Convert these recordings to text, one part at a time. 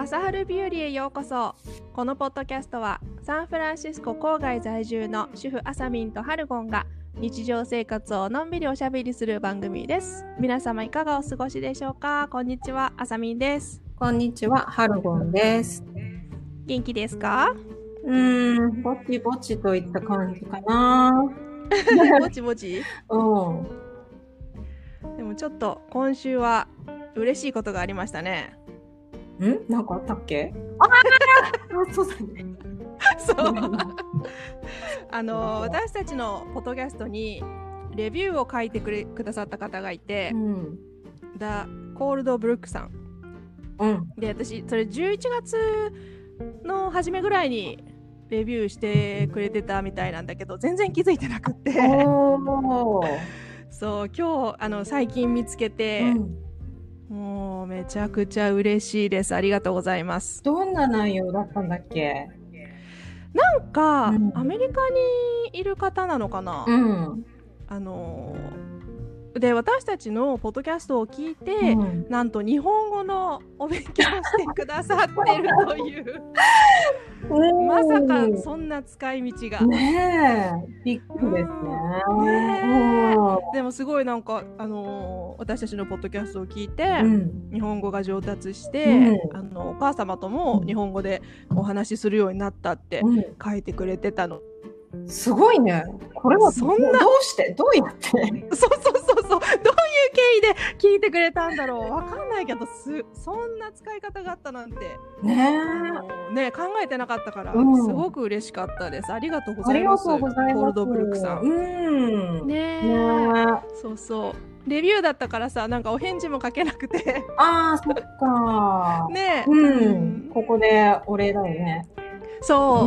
朝春ビューリへようこそ。このポッドキャストはサンフランシスコ郊外在住の主婦あさみんとハルゴンが日常生活をのんびりおしゃべりする番組です。皆様いかがお過ごしでしょうか。こんにちは、あさみんです。 こんにちは、ハルゴンです。 元気ですか？ ぼちぼちといった感じかな。 ぼちぼちうん。 でもちょっと今週は嬉しいことがありましたね。 なんかあったっけ？そうだね。 そう私たちのポッドキャストにレビューを書いてくださった方がいて、The Cold Brook さん、で私それ11月の初めぐらいにレビューしてくれてたみたいなんだけど全然気づいてなくってそう今日最近見つけて、もうめちゃくちゃ嬉しいです。ありがとうございます。 どんな内容だったんだっけ？ なんか、アメリカにいる方なのかな、で私たちのポッドキャストを聞いて、なんと日本語のお勉強をしてくださってるというまさかそんな使い道がねえ、びっくりですね。 でもすごいなんか私たちのポッドキャストを聞いて、日本語が上達して、お母様とも日本語でお話しするようになったって書いてくれてたの。 すごいね。これはそんなどうしてどうやってそうどういう経緯で聞いてくれたんだろう。わかんないけどそんな使い方があったなんてね考えてなかったから、すごく嬉しかったです。ありがとうございます。コールドブルックさん。そうレビューだったからさ、なんかお返事も書けなくてそっかねここでお礼だよね。 そう、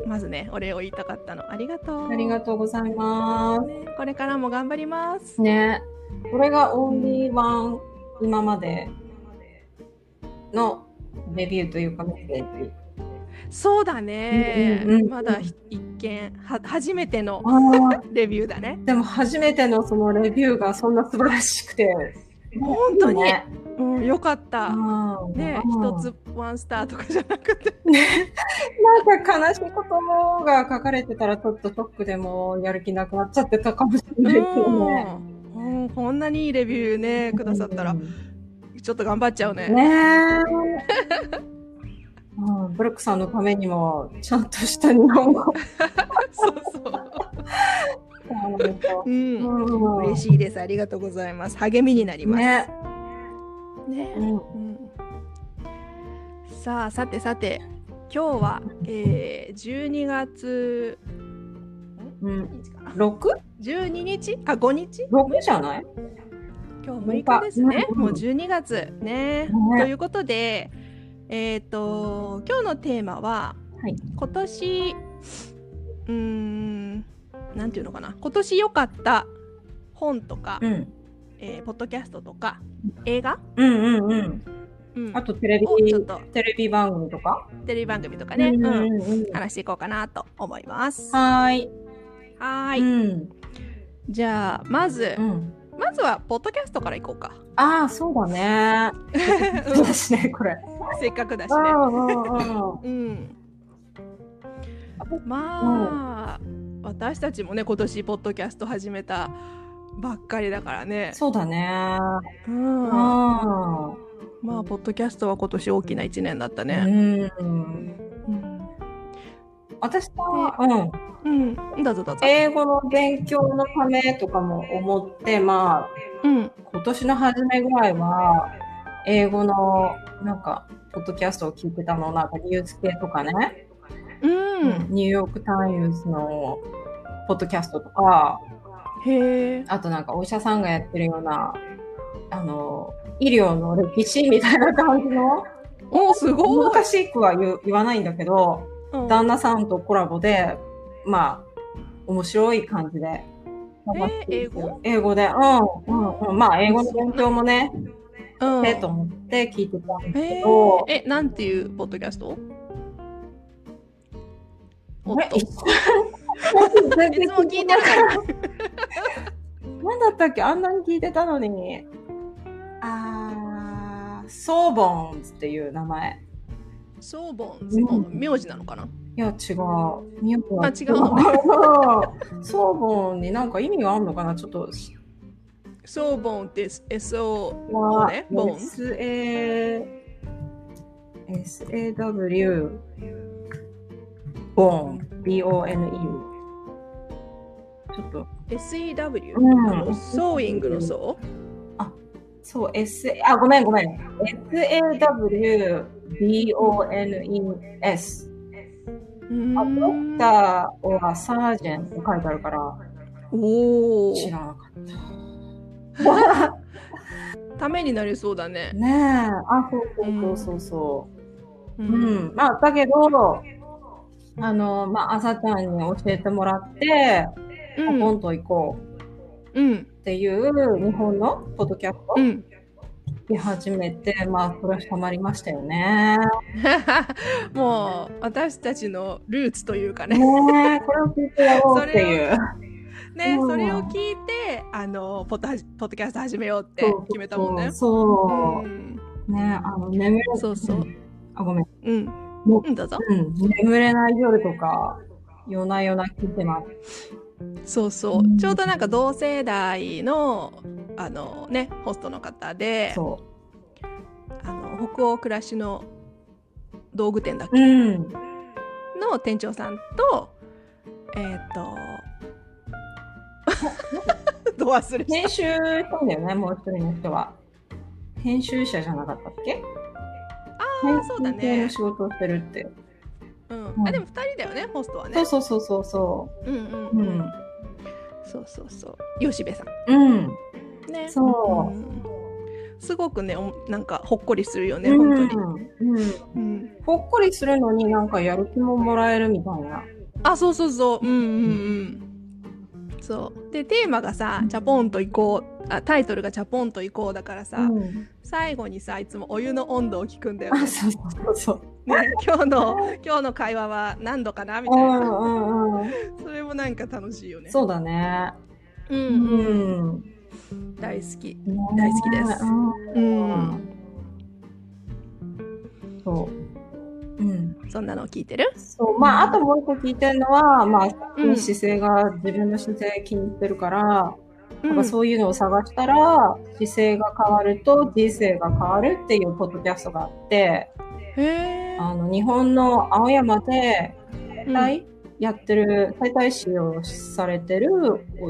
まずねお礼を言いたかったの。ありがとう。 ありがとうございます、 これからも頑張りますね。これがオンリーワン、今までのレビューというかメッセージ。 そうだね、まだ一見初めてのレビューだね。 でも初めてのそのレビューがそんな素晴らしくて本当に、よかったね。一つワンスターとかじゃなくてなんか悲しいことが書かれてたらちょっとショックでもやる気なくなっちゃってたかもしれないけどね。 こんなにいいレビューねくださったら、ちょっと頑張っちゃうね。 ブルックさんのためにもちゃんとした日本語嬉しいです。ありがとうございます。励みになりますさて今日は、12月12日5日 6じゃない？ 今日6日ですね。もう12月ね。ということで今日のテーマは、今年なんていうのかな、今年良かった本とか、ポッドキャストとか映画、 あとテレビ番組とかね、話していこうかなと思います。じゃあまずはポッドキャストからいこうか。 そうだねそうだしね、これせっかくだしねまあ私たちもね今年ポッドキャスト始めたばっかりだからね。 そうだね。 まあポッドキャストは今年大きな1年だったね。 私はどうぞ英語の勉強のためとかも思って、今年の初めぐらいは英語のなんかポッドキャストを聞いてたの。なんかニュース系とかね、ニューヨークタイムズのポッドキャストとか、あとなんかお医者さんがやってるような医療の歴史みたいな感じの、 すごい難しくは言わないんだけど、旦那さんとコラボでまあ面白い感じで、英語でまあ英語の勉強もねと思って聞いてたんですけど、 なんていうポッドキャスト？いつも聞いてるから何だったっけ？あんなに聞いてたのに。ソーボンズっていう名前。 ソーボン、名字なのかな？ いや違う。 違うのね。 ソーボンになんか意味があるのかな、ちょっと。 ソーボンって SO ね、ボン。 SAW ボン BONE ちょっと SEW、ソーイングのソー？ そう、ごめん。SAWBONES。ドクターはサージェンって書いてあるから、知らなかった。 ためになりそうだね。 ねえ、そう。まあ、だけど、朝ちゃんに教えてもらって、ポンと行こうっていう日本のポッドキャスト聞き始めて、それはハマりましたよね。 もう私たちのルーツというかね。 これを聞いてやろうっていう。 ね、それを聞いてポッドキャスト始めようって決めたもんね。 ね、眠れそう。 ごめん。 どうぞ。 眠れない夜とか夜な夜な聞いてます。 そう。ちょうどなんか同世代のホストの方で、北欧暮らしの道具店だっけ、の店長さんとど忘れした。 編集したんだよね、もう一人の人は。編集者じゃなかったっけ？ そうだね。 編集の仕事をしてるって。 でも2人だよね、ホストはね。 そう。 そう。吉部さん。ね。 そう。 すごくね、なんかほっこりするよね、本当に。ほっこりするのになんかやる気ももらえるみたいな。 そう。そうでテーマがさ、チャポンと行こう、タイトルがチャポンと行こうだからさ、最後にさいつもお湯の温度を聞くんだよね。 そう、 ね、今日の会話は何度かなみたいな。それもなんか楽しいよね。 そうだね。 大好きです。 そう。 そんなのを聞いてる？ そう。あともう一個聞いてるのは、姿勢が、自分の姿勢気に入ってるから、なんかそういうのを探したら、姿勢が変わると人生が変わるっていうポッドキャストがあって、日本の青山でやってる、整体師をされてる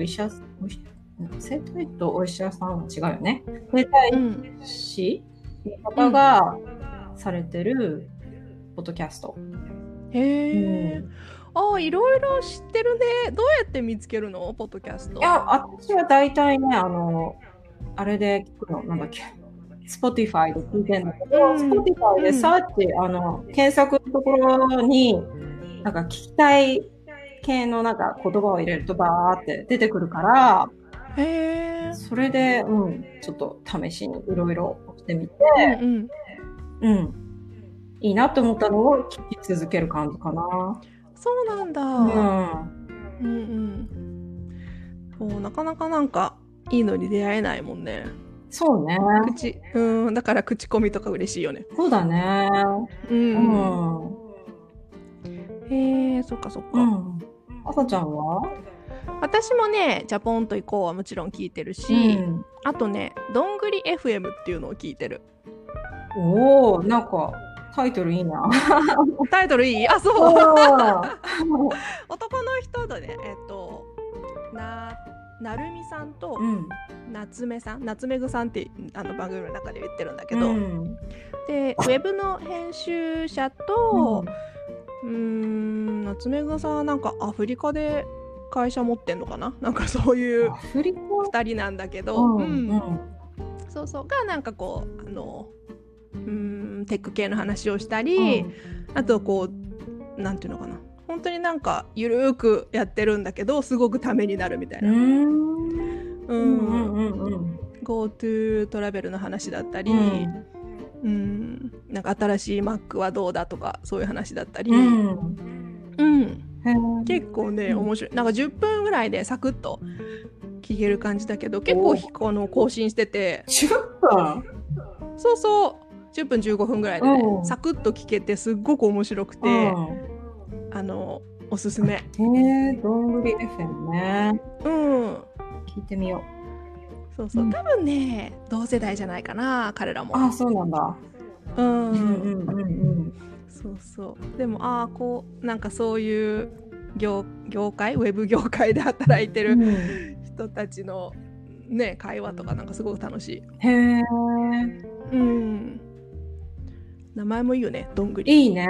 整体とお医者さんは違うよね。整体師の方がされてるポッドキャスト。 いろいろ知ってるね。どうやって見つけるの？ポッドキャスト。 いや、私は大体ね、あれで聞くの、なんだっけ、Spotify で聞いてるんだけど、Spotify でサーチ、検索のところに、なんか聞きたい系のなんか言葉を入れるとバーって出てくるから、それで、ちょっと試しにいろいろしてみて、いいなと思ったのを聞き続ける感じかな。 そうなんだ。なかなかなんかいいのに出会えないもんね。 そうね。 だから口コミとか嬉しいよね。 そうだね。 そっか。 朝ちゃんは？ 私もね、ジャポンと行こうはもちろん聞いてるし、あとね、どんぐり FM っていうのを聞いてる。 なんかタイトルいいな。 タイトルいい？そう。男の人でね、なるみさんと夏目さん、夏目ぐさんって番組の中で言ってるんだけど、でウェブの編集者と、夏目ぐさんはなんかアフリカで会社持ってんのかな、なんかそういう2人なんだけど、そうがなんかこうテック系の話をしたり、あとこうなんていうのかな、本当になんかゆるーくやってるんだけどすごくためになるみたいな。GoTo トラベルの話だったり、なんか新しい Mac はどうだとかそういう話だったり、結構ね面白い。なんか10分ぐらいでサクッと聞ける感じだけど、結構更新してて。 10分？ そう 10分15分ぐらいでね、サクッと聞けてすっごく面白くて、おすすめ。 どんぐり FM ね。聞いてみよう。そうそう、多分ね同世代じゃないかな、彼らも。 あ、そうなんだ。 そうそう。でもこうなんかそういう業界、ウェブ業界で働いてる人たちのね、会話とかなんかすごく楽しい。 へー。名前もいいよね、どんぐり。 いいね。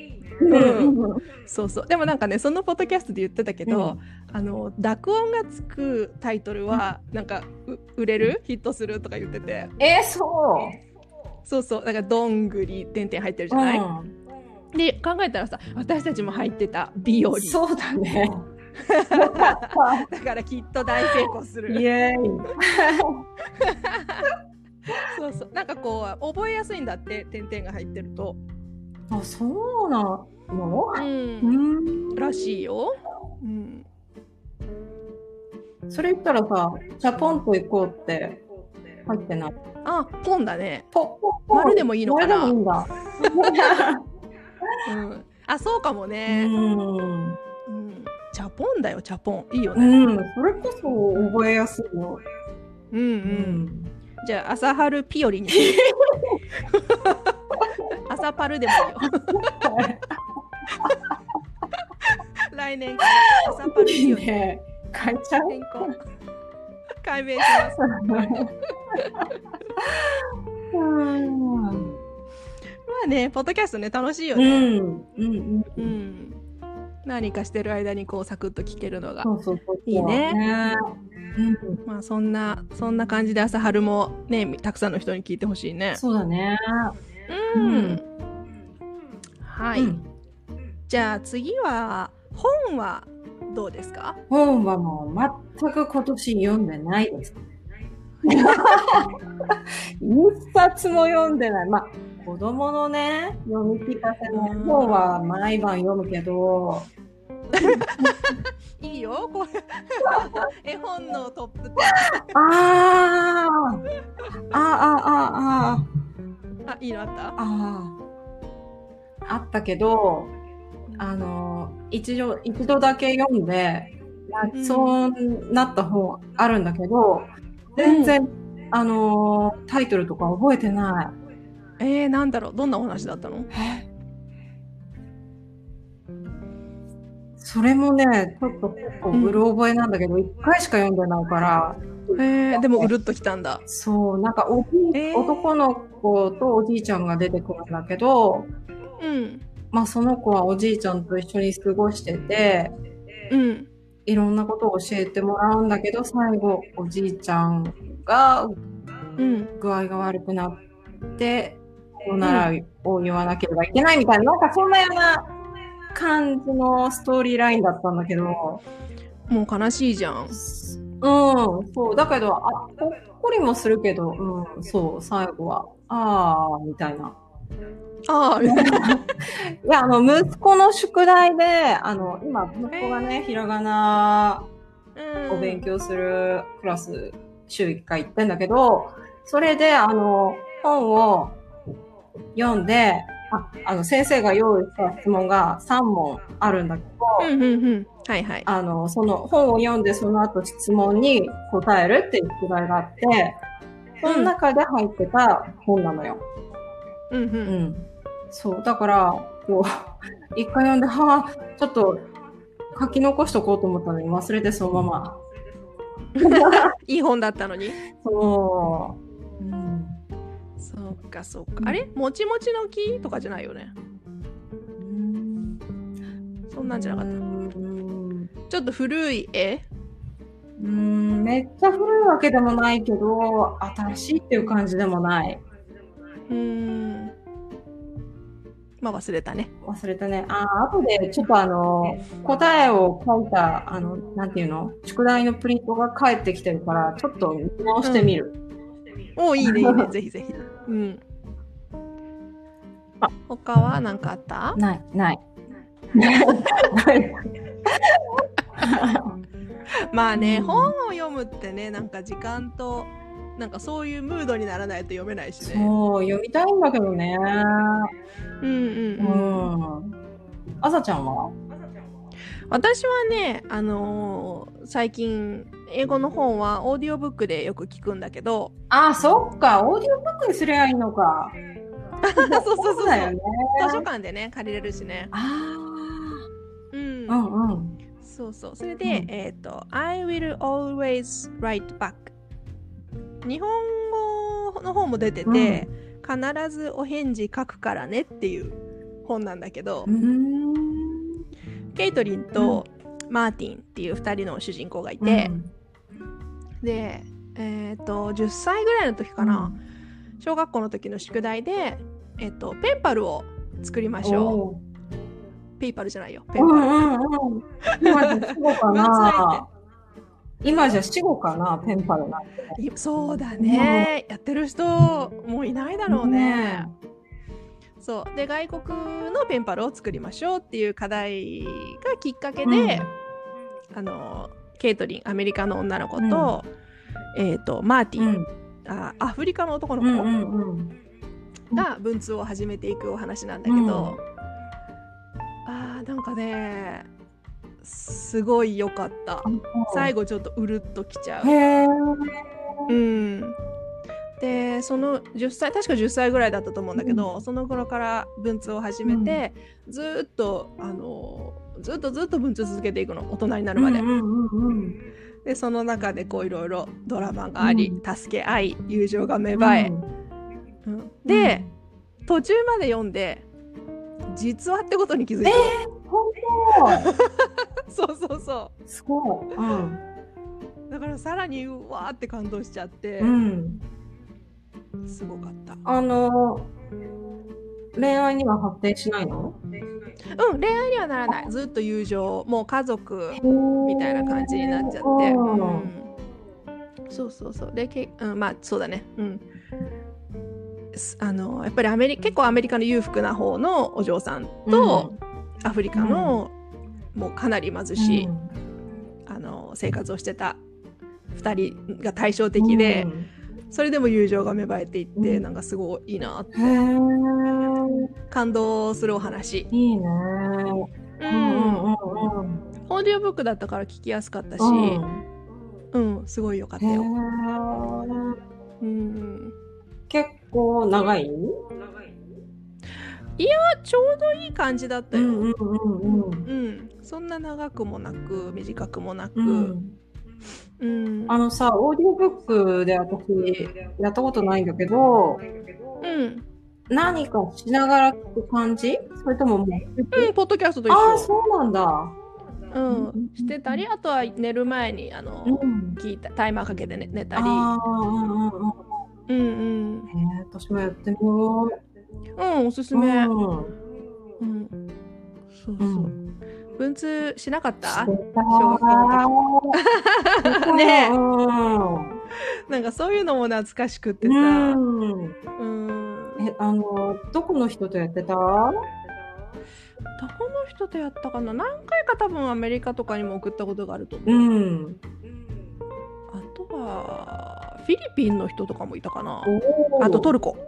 そうそう。でもなんかね、そのポッドキャストで言ってたけど、濁音がつくタイトルはなんか売れる、ヒットするとか言ってて。そうそう。だからどんぐり点々入ってるじゃない。で考えたらさ、私たちも入ってた日和。 そうだね。 だからきっと大成功する。 イエーイ。 そうそう。なんかこう覚えやすいんだって、点々が入ってると。 あ、そうなの？ らしいよ。 それ言ったらさ、じゃあポンと行こうって入ってない？ あ、ポンだね。丸でもいいのかな。 丸でもいいんだ。 あ、そうかもね。チャポンだよ、チャポン。いいよね。 それこそ覚えやすいよ。 じゃあ朝春ピオリに朝パルでもいいよ。来年から朝パルピオリ。 変えちゃう？ 改名します。まあね、ポッドキャストね、楽しいよね。何かしてる間にこうサクッと聞けるのがいいね。まあそんな感じで朝春もね、たくさんの人に聞いてほしいね。 そうだね。 はい。じゃあ次は本はどうですか？ 本はもう全く今年読んでないです。一冊も読んでない。まあ子供のね、読み聞かせの本は毎晩読むけど。 いいよ、これ。絵本のトップ10。いいのあった？ あったけど、一度だけ読んで、そうなった本あるんだけど、全然、タイトルとか覚えてない。 なんだろう、どんなお話だったの？ それもね、ちょっと結構うる覚えなんだけど、1回しか読んでないから。 でもうるっときたんだ。 そう、なんか男の子とおじいちゃんが出てくるんだけど、まあその子はおじいちゃんと一緒に過ごしてて、いろんなことを教えてもらうんだけど、最後おじいちゃんが具合が悪くなって、おならを言わなければいけないみたいな、なんかそんなような感じのストーリーラインだったんだけど、もう悲しいじゃん。 そうだけどほっこりもするけど、そう最後はみたいな。いや息子の宿題で今息子がね、ひらがなを勉強するクラス週1回行ってんだけど、それで本を読んで、先生が用意した質問が3問あるんだけど、その本を読んでその後質問に答えるっていう宿題があって、その中で入ってた本なのよ。そう、だから、一回読んで、ちょっと書き残しとこうと思ったのに忘れてそのまま。 いい本だったのに。 そう。 そうか。あれ？もちもちの木とかじゃないよね。そんなんじゃなかった。ちょっと古い絵？ めっちゃ古いわけでもないけど、新しいっていう感じでもない。 まあ忘れたね。 後でちょっと答えを書いたなんていうの、宿題のプリントが返ってきてるから、ちょっと見直してみる。 いいねぜひぜひ。他は何かあった？ ない。 まあね、本を読むってね、なんか時間となんかそういうムードにならないと読めないしね。 そう読みたいんだけどね。あさちゃんは？ 私はね、最近英語の本はオーディオブックでよく聞くんだけど。 あ、そっか、オーディオブックにすればいいのか。 そうだよね。 図書館でね借りれるしね。そうそう。それで、I will always write back。日本語の本も出てて、必ずお返事書くからねっていう本なんだけど、ケイトリンとマーティンっていう2人の主人公がいて、で、10歳ぐらいの時かな、小学校の時の宿題で、ペンパルを作りましょう。ペイパルじゃないよ。ペンパル。 今じゃ死語かな。今じゃ死語かな、ペンパルなんて。 そうだね。やってる人もういないだろうね。そうで、外国のペンパルを作りましょうっていう課題がきっかけで、ケイトリン、アメリカの女の子と、マーティン、アフリカの男の子が文通を始めていくお話なんだけど、なんかね、すごい良かった。最後ちょっとうるっときちゃう。で、その10歳、確か10歳ぐらいだったと思うんだけど、その頃から文通を始めて、ずっと文通続けていくの、大人になるまで。で、その中でこういろいろドラマがあり、助け合い、友情が芽生え、で、途中まで読んで実話ってことに気づいた。 本当そうすごい、 だからさらにうわーって感動しちゃって、すごかった。 恋愛には発展しないの？ 恋愛にはならない。ずっと友情、もう家族みたいな感じになっちゃって、そうで、まあそうだね。やっぱり結構アメリカの裕福な方のお嬢さんと、アフリカの、もうかなり貧しい、生活をしてた2人が対照的で、それでも友情が芽生えていって、なんかすごいいいなって感動するお話。 いいね。 オーディオブックだったから聞きやすかったし、すごい良かったよ。 結構長い？ いや、ちょうどいい感じだったよ。そんな長くもなく短くもなく、 さ、オーディオブックで私やったことないんだけど、何かしながら聞く感じ？それとももうポッドキャストと一緒。 そうなんだ。 してたり、あとは寝る前に聞いたタイマーかけて寝たり。 私もやってみよう。 おすすめ。文通しなかった？小学校の時。ねえ。なんかそういうのも懐かしくってさ。 どこの人とやってた？ どこの人とやったかな。何回か多分アメリカとかにも送ったことがあると思う。あとはフィリピンの人とかもいたかな。あとトルコ。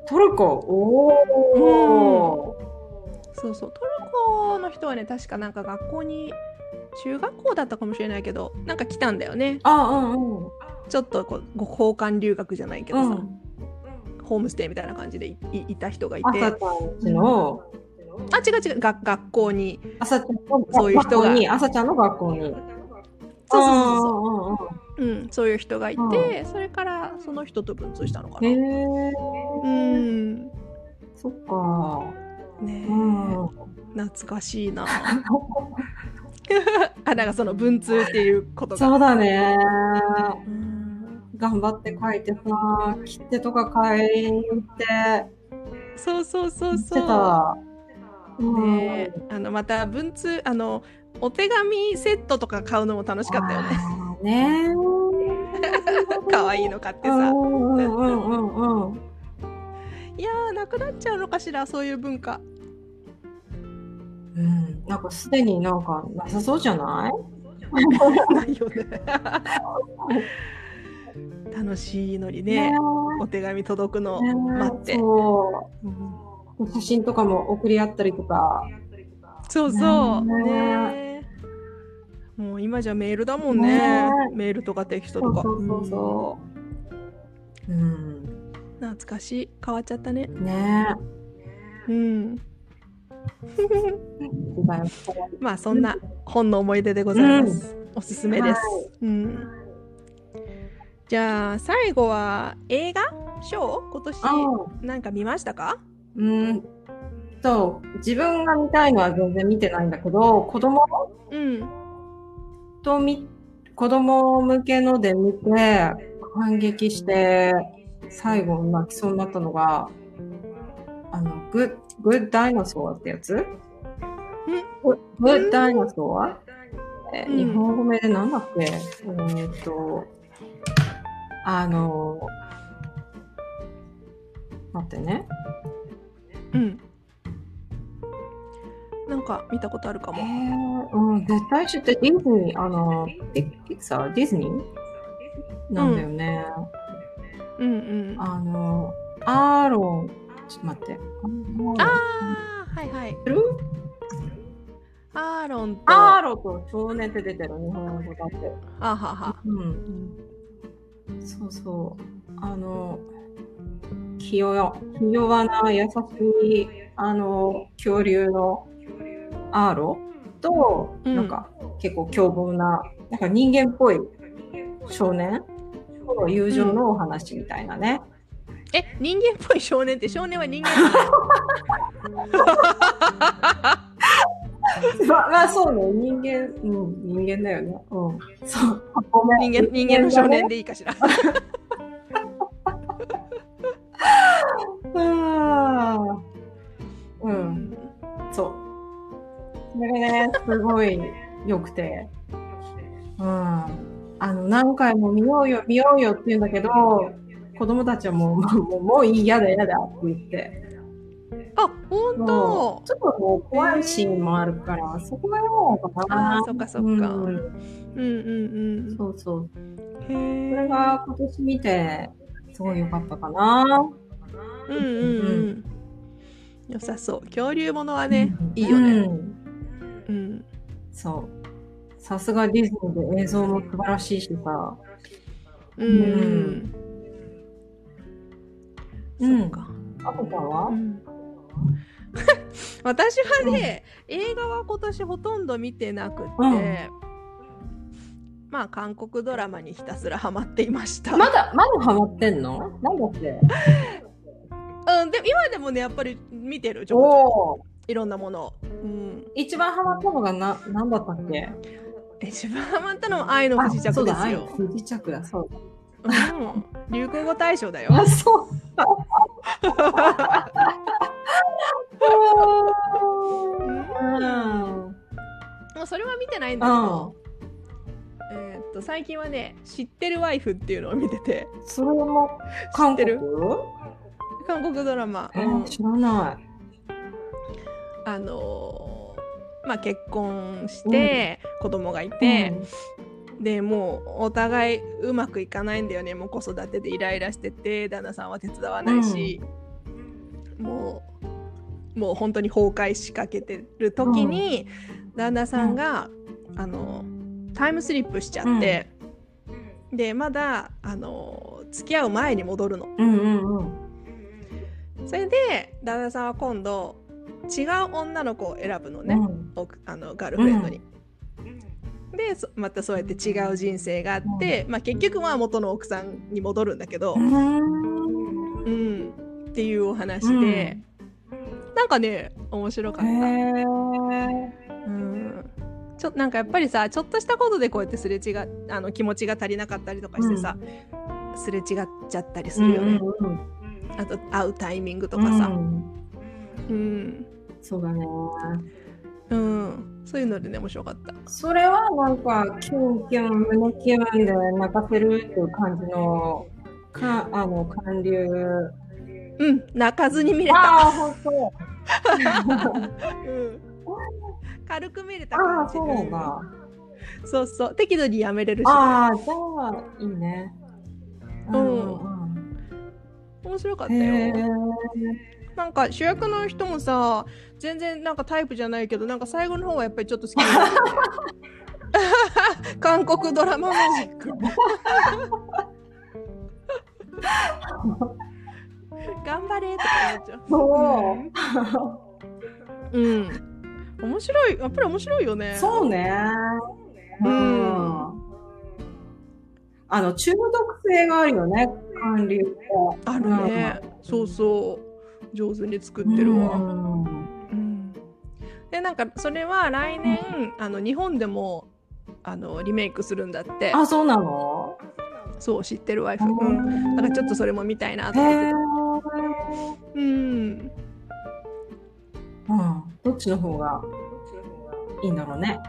そう、トルコの人はね、確かなんか学校に、中学校だったかもしれないけど、なんか来たんだよね。ちょっとご交換留学じゃないけどさ、ホームステイみたいな感じで いた人がいて。 朝ちゃんの違う、学校に。 そういう人が。朝ちゃんの学校に。 そういう人がいて、それからその人と文通したのかな。 そっか。 ねえ、懐かしいな。なんかその文通っていうことが。 そうだね。頑張って書いてさ、切手とか買いに行って。 ねえ、また文通、お手紙セットとか買うのも楽しかったよね。可愛いの買ってさ。いやー、なくなっちゃうのかしら、そういう文化。 なんかすでになんかなさそうじゃない？ ないよね。 楽しいのにね、お手紙届くの待って。 写真とかも送り合ったりとか。 そうそう。ね。もう今じゃメールだもんね。メールとかテキストとか。そう。懐かしい。変わっちゃったね。 ね。 まあそんな本の思い出でございます。おすすめです。じゃあ最後は映画ショー今年なんか見ましたか？ 自分が見たいのは全然見てないんだけど、子供向けので見て感激して最後泣きそうになったのがグッダイナソーってやつ？グッダイナソー？日本語名でなんだっけ？待ってね。 なんか見たことあるかも。 絶対知って、ディズニー、ディズニーなんだよね。アーロン、ちょっと待って。 はいはい。アーロンと少年って出てる、日本語だって。そうそう。ひ弱な優しい、恐竜のアーロと、なんか結構凶暴な、なんか人間っぽい少年と友情のお話みたいなね。 人間っぽい少年って少年は人間じゃないまあそうね、人間だよね。そう。 人間の少年でいいかしら。 そう。それがね、すごい良くて。何回も見ようよって言うんだけど、子供たちはもういい、やだって言って。 ほんと？ ちょっともう怖いシーンもあるから、そこがよかな。 そっか。そうそう。それが今年見て、すごい良かったかな。 良さそう。恐竜ものはね、いいよね。 そう。さすがディズニーで映像も素晴らしいしさ。 そうか。 あこちゃんは？ 私はね、映画は今年ほとんど見てなくて、まあ韓国ドラマにひたすらハマっていました。 まだハマってんの？なんだっけ？ で今でもねやっぱり見てるちょこちょこいろんなものを。 一番ハマったのがなんだったっけ？ 一番ハマったのは愛の不時着ですよ。 そうだ、愛の不時着だ、そうだ。 流行語大賞だよ。 そう。 もうそれは見てないんだけど、最近はね知ってるワイフっていうのを見てて。 それも韓国ドラマ。 知らない。 まあ結婚して子供がいて、でもうお互いうまくいかないんだよね。もう子育てでイライラしてて旦那さんは手伝わないし、もう本当に崩壊しかけてる時に、旦那さんが、タイムスリップしちゃって、でまだ付き合う前に戻るの。それで旦那さんは今度違う女の子を選ぶのね、ガールフレンドに。でまたそうやって違う人生があって、結局は元の奥さんに戻るんだけど、っていうお話で、なんかね面白かった。なんかやっぱりさちょっとしたことでこうやってすれ違気持ちが足りなかったりとかしてさ、すれ違っちゃったりするよね。あと会うタイミングとかさ、 そうだね。 そういうのでね面白かった。 それはなんかキュンキュン胸キュンで泣かせるっていう感じの韓流。 泣かずに見れた。 本当。 軽く見れた感じ。 そうなんだ。 そう適度にやめれるし。 じゃあいいね。 面白かったよ。なんか主役の人もさ、全然なんかタイプじゃないけど、なんか最後の方はやっぱりちょっと好きになって、ね、韓国ドラママジック頑張れとか思っちゃう。面白い、やっぱり面白いよね。 そうね。中毒性があるよね、韓流って。 あるね。そうそう。上手に作ってるわ。で、なんかそれは来年、日本でもリメイクするんだって。 あ、そうなの？ そう、知ってるワイフ。なんかちょっとそれも見たいなと思ってた。 どっちの方がいいんだろうね。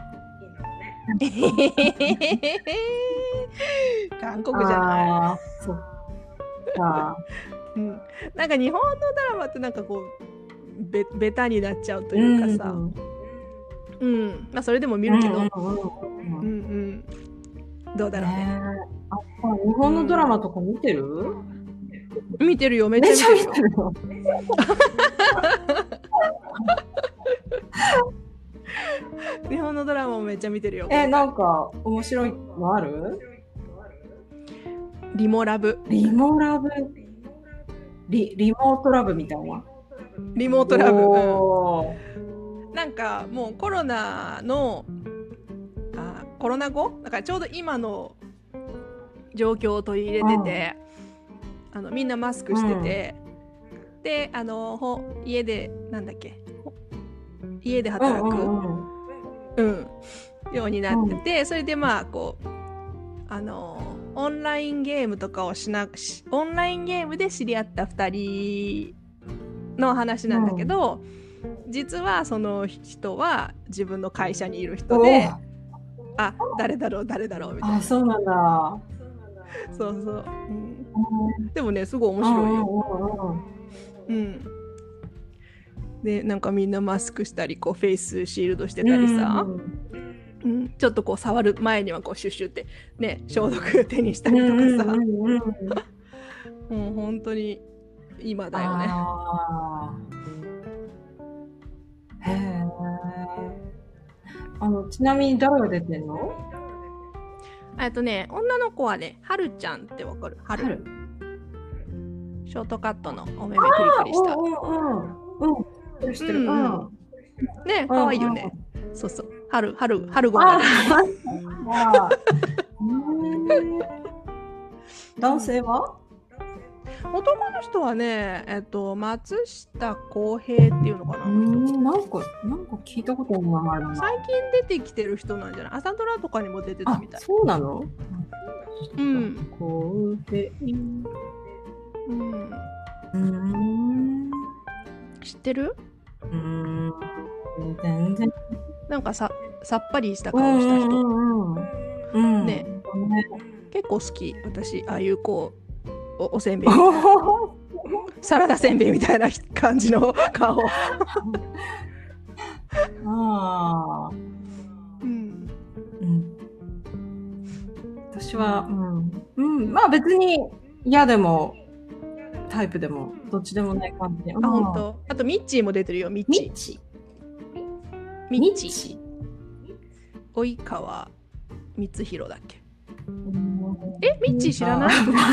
韓国じゃない。そっか。なんか日本のドラマってなんかこうベタになっちゃうというかさ、まあそれでも見るけど、どうだろうね。 日本のドラマとか見てる？ 見てるよ、めっちゃ見てるよ。日本のドラマもめっちゃ見てるよ。 なんか面白いのある？ リモラブ。 リモラブ。リモートラブみたいな。 リモートラブ。なんかもうコロナ後だからちょうど今の状況を取り入れてて、みんなマスクしてて、で家で家で働く、ようになってて、それでまあこうオンラインゲームとかをオンラインゲームで知り合った2人の話なんだけど、実はその人は自分の会社にいる人で、誰だろうみたいな。 そうなんだ。 そう、でもねすごい面白いよ。でなんかみんなマスクしたりこうフェイスシールドしてたりさ、ちょっとこう触る前にはこうシュッシュってね消毒手にしたりとかさ、もう本当に今だよね。 へえ。ちなみに誰が出てんの？ 女の子はね、はるちゃんってわかる？はる。ショートカットのお目目クリクリした。 知ってる。 ね、可愛いよね。そう。はるごが。 男性は？ 男の人はね、松下洸平っていうのかな。 なんか聞いたことない名前だな。 最近出てきてる人なんじゃない？朝ドラとかにも出てたみたい。 そうなの？ 洸平。知ってる？ 全然。 なんかさっぱりした顔した人。ね、結構好き。私ああいうこうおせんべいみたいなサラダせんべいみたいな感じの顔。 私は、まあ別に嫌でもタイプでもどっちでもない感じ。 本当。あとミッチーも出てるよ。ミッチー及川光弘だっけ？ミッチー知らない？知らない。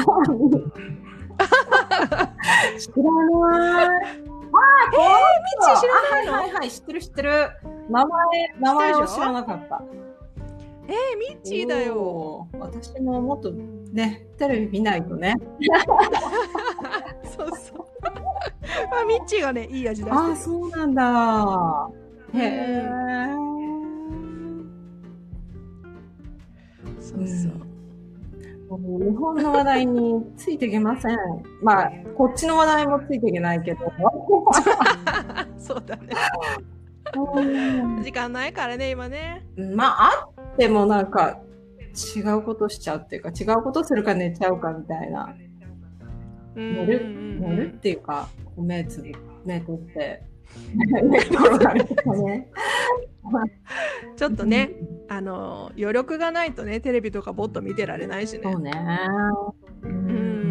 ミッチー知らないの？ はい、知ってる。名前を知らなかった。 ミッチーだよ。 私ももっとね、テレビ見ないとね。 そう。ミッチーがね、いい味出してる。 そうなんだ。へえ。 そう。 日本の話題についていけません。まあ、こっちの話題もついていけないけど。 そうだね。時間ないからね、今ね。 まあ、あってもなんか違うことしちゃうっていうか、違うことするか寝ちゃうかみたいな。寝るっていうか、目取ってちょっとね、余力がないとね、テレビとかぼっと見てられないしね。 そうね。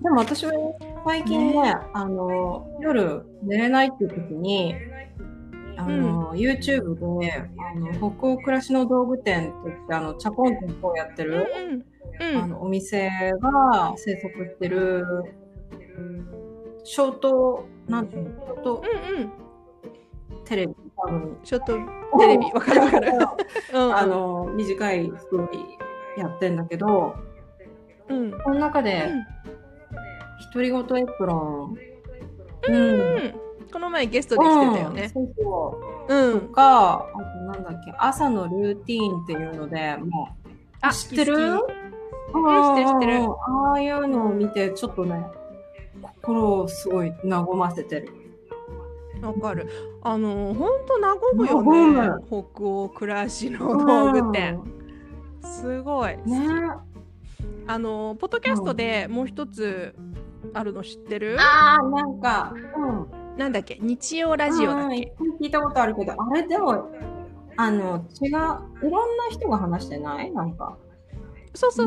でも私は最近ね、夜寝れないっていう時に、YouTube で、北欧暮らしの道具店って言って、チャコン店をやってる、お店が制作してる、ショート、なんていうの、ショート、テレビ、多分。 ショートテレビ、わかるわかる。 短いストーリーやってんだけど、この中で、独り言エプロン、 この前ゲストで来てたよね。 そうそう。とか、あとなんだっけ、朝のルーティーンっていうので、もう、知ってる？知ってる。ああいうのを見て、ちょっとね、心をすごい和ませてる。 わかる。ほんと和むよね。北欧暮らしの道具店。すごい。 ね。 ポッドキャストでもう一つあるの知ってる？ なんか、 なんだっけ、日曜ラジオだっけ？ 聞いたことあるけど、あれでも、違う、いろんな人が話してない？なんか。 そう。ホ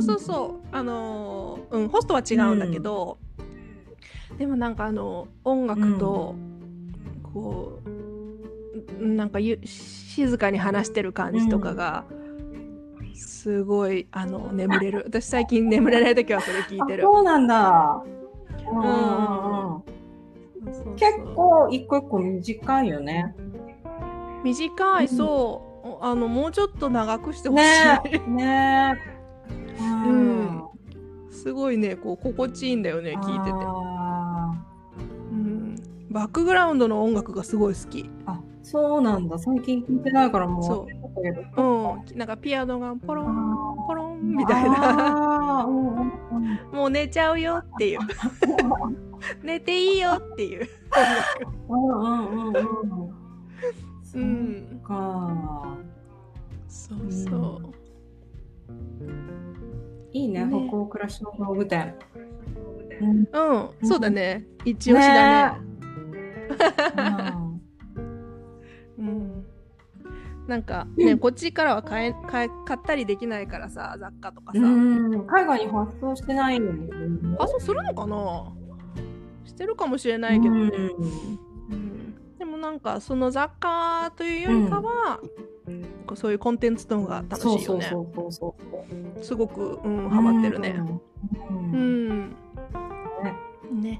ストは違うんだけど、でもなんか音楽と、こう、なんか静かに話してる感じとかが、すごい、眠れる。私最近眠れないときはそれ聞いてる。 そうなんだ。結構一個一個短いよね。 短い、そう。もうちょっと長くしてほしい。ね。すごいね、こう心地いいんだよね、聞いてて。バックグラウンドの音楽がすごい好き。 そうなんだ。最近聞いてないからもう。 そう。なんかピアノがポロンポロンみたいな。もう寝ちゃうよっていう。寝ていいよっていう音楽。そうそう。 いいね、北欧暮らしの道具店。 そうだね。一押しだね。なんかね、こっちからは買ったりできないからさ、雑貨とかさ。 海外に発送してないのに。 発送するのかな？してるかもしれないけどね。でもなんかその雑貨というよりかは、そういうコンテンツの方が楽しいよね。すごくハマってるね。ね。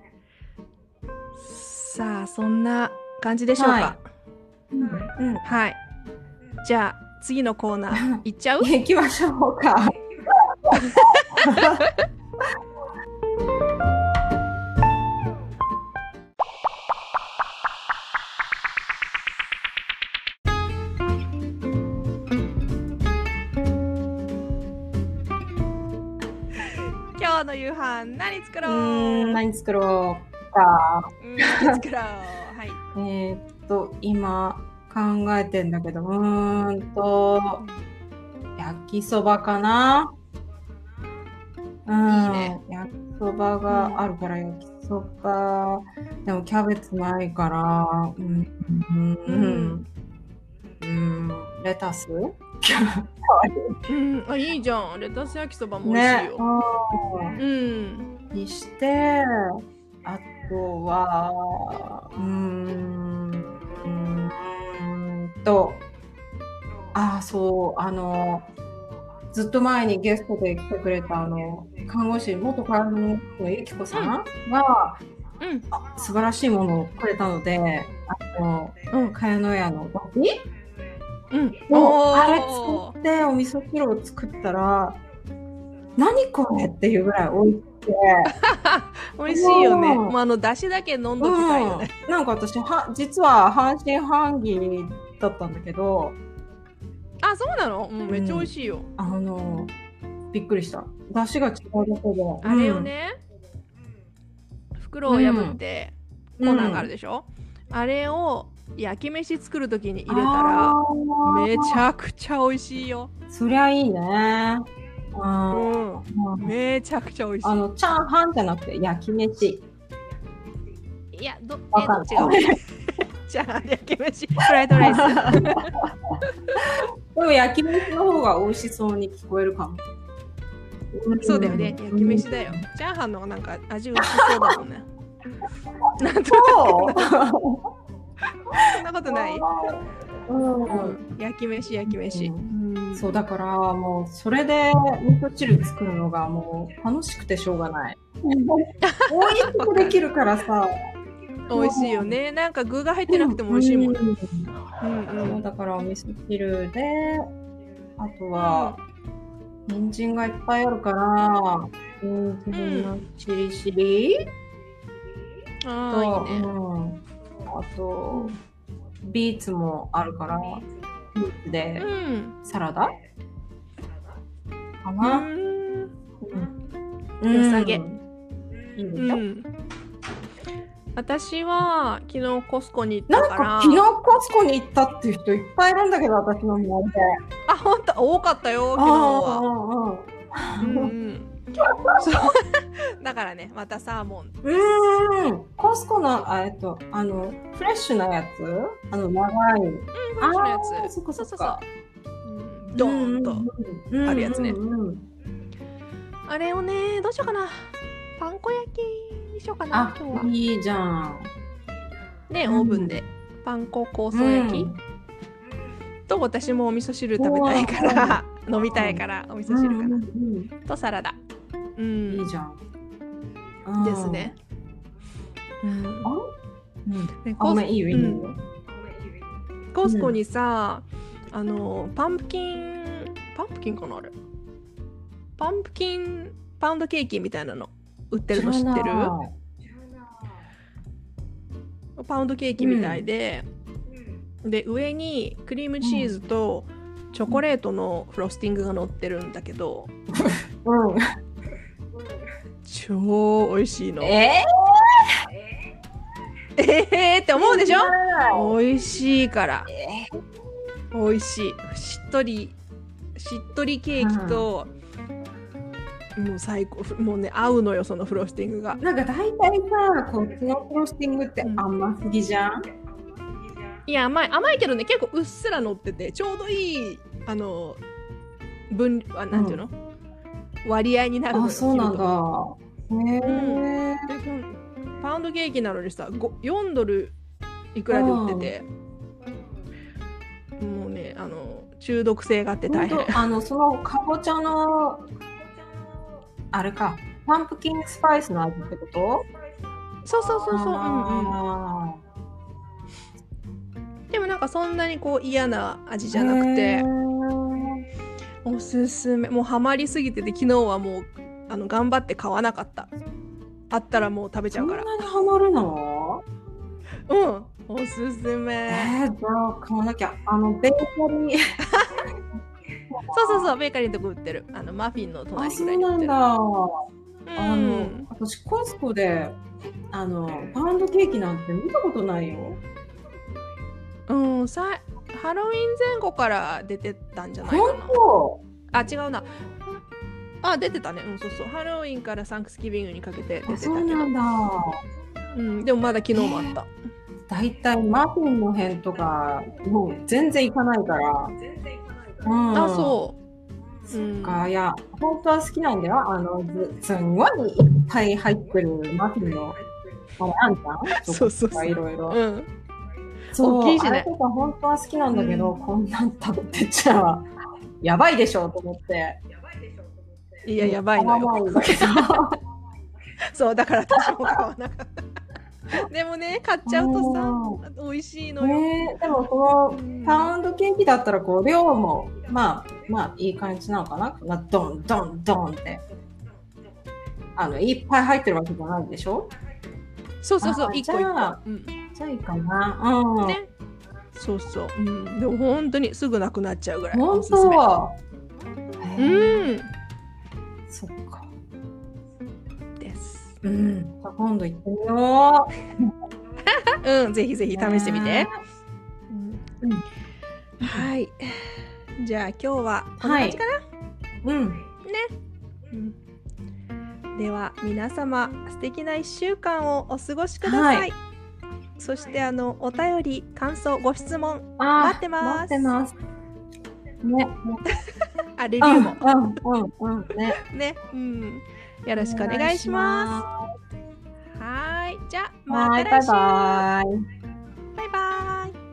さあそんな感じでしょうか。はい。じゃあ次のコーナーいっちゃう？ 行きましょうか。 今日の夕飯何作ろう？ 何作ろうか。 何作ろう。はい。 今考えてんだけど、焼きそばかな。 いいね。 焼きそばがあるから焼きそば。でもキャベツないから、レタス？ いいじゃん。レタス焼きそばも美味しいよ。 にして、あとは、ずっと前にゲストで来てくれた元看護師のゆきこさんが、素晴らしいものをくれたので、茅野屋のバビあれ作ってお味噌汁を作ったら、何これっていうぐらい美味しくて美味しいよね。出汁だけ飲んどきたいよね。 なんか私実は半信半疑だったんだけど。 そうなの？めっちゃ美味しいよ。 びっくりした。出汁が違うだけで。 あれをね、袋を破って粉があるでしょ？あれを焼き飯作るときに入れたらめちゃくちゃ美味しいよ。 そりゃいいね。 めちゃくちゃ美味しい。 チャーハンじゃなくて焼き飯。 いや、どっちが美味しい？チャーハン、焼き飯、フライドライス。 でも焼き飯の方が美味しそうに聞こえるかも。 そうだよね、焼き飯だよ。チャーハンのなんか味薄そうだもんね。なんとそんなことない？焼き飯。 そうだからもうそれで味噌汁作るのがもう楽しくてしょうがない。美味しくできるからさ。 美味しいよね。なんか具が入ってなくても美味しいもん。 だからお味噌汁で、あとは人参がいっぱいあるから、人参のチリシリと、あとビーツもあるから、ビーツでサラダかな。 良さげ。いいでしょ。私は昨日コスコに行ったから。 昨日コスコに行ったっていう人いっぱいいるんだけど、私の周りで。 あ、本当多かったよ、昨日は。だからね、またサーモン。 コスコのフレッシュなやつ、長い。フレッシュなやつ。 そっか。 ドーンとあるやつね。あれをね、どうしようかな。パン粉焼きにしようかな、今日は。 いいじゃん。 ね、オーブンでパン粉香草焼きと、私もお味噌汁食べたいから飲みたいからお味噌汁かなとサラダ。 いいじゃん。 ですね。 いいよ。 コスコにさ、パンプキンかな、あれ。パンプキンパウンドケーキみたいなの売ってるの知ってる？パウンドケーキみたいで、で上にクリームチーズとチョコレートのフロスティングが乗ってるんだけど、超美味しいの。って思うでしょ？美味しいから。美味しい。しっとりケーキと、もう最高。もうね、合うのよ、そのフロスティングが。 なんか大体さ、こっちのフロスティングって甘すぎじゃん？ いや、甘いけどね、結構うっすら乗ってて、ちょうどいい、なんていうの？割合になるのよ。 そうなんだ。 パウンドケーキなのにさ、$4いくらで売ってて、もうね、中毒性があって大変。 そのかぼちゃのあれか、パンプキンスパイスの味ってこと？ そう。でもなんかそんなにこう嫌な味じゃなくて、おすすめ。もうハマりすぎてて、昨日はもう頑張って買わなかった。あったらもう食べちゃうから。 そんなにハマるの？ おすすめ。 じゃあ買わなきゃ。ベーカリーそう、ベーカリーのとこ売ってる。マフィンの隣ぐらいに売ってる。 そうなんだ。私コスコでパウンドケーキなんて見たことないよ。 ハロウィン前後から出てたんじゃないかな。 本当？ 違うな。出てたね。そう。ハロウィンからサンクスギビングにかけて出てたけど。 そうなんだ。 でもまだ昨日もあった。 だいたいマフィンの辺とかもう全然行かないから。そう。そっか、いや本当は好きなんだよ。すんごいいっぱい入ってるマフィンのあんちゃん。そういろいろ。そう、大きいしね。あれとか本当は好きなんだけど、こんなん食べてちゃやばいでしょと思って。 いや、やばいのよ。そう、だから私も買わなかった。でもね、買っちゃうとさ、美味しいのよ。 でもそのパウンドケーキだったら量もまあいい感じなのかな。ドンドンドンっていっぱい入ってるわけじゃないでしょ。 そう一個一個。 じゃあいいかな。 ね。そう。でも本当にすぐなくなっちゃうぐらい。 本当。そっか。 です。 じゃあ今度行ってみよう。ぜひぜひ試してみて。はい。じゃあ今日はこんな感じかな。ね。では皆様素敵な1週間をお過ごしください。そしてお便り、感想、ご質問待ってます。 ね。 あ、レビューも。 ね。 よろしくお願いします。はい。じゃあ、また来週。 バイバイ。 バイバイ。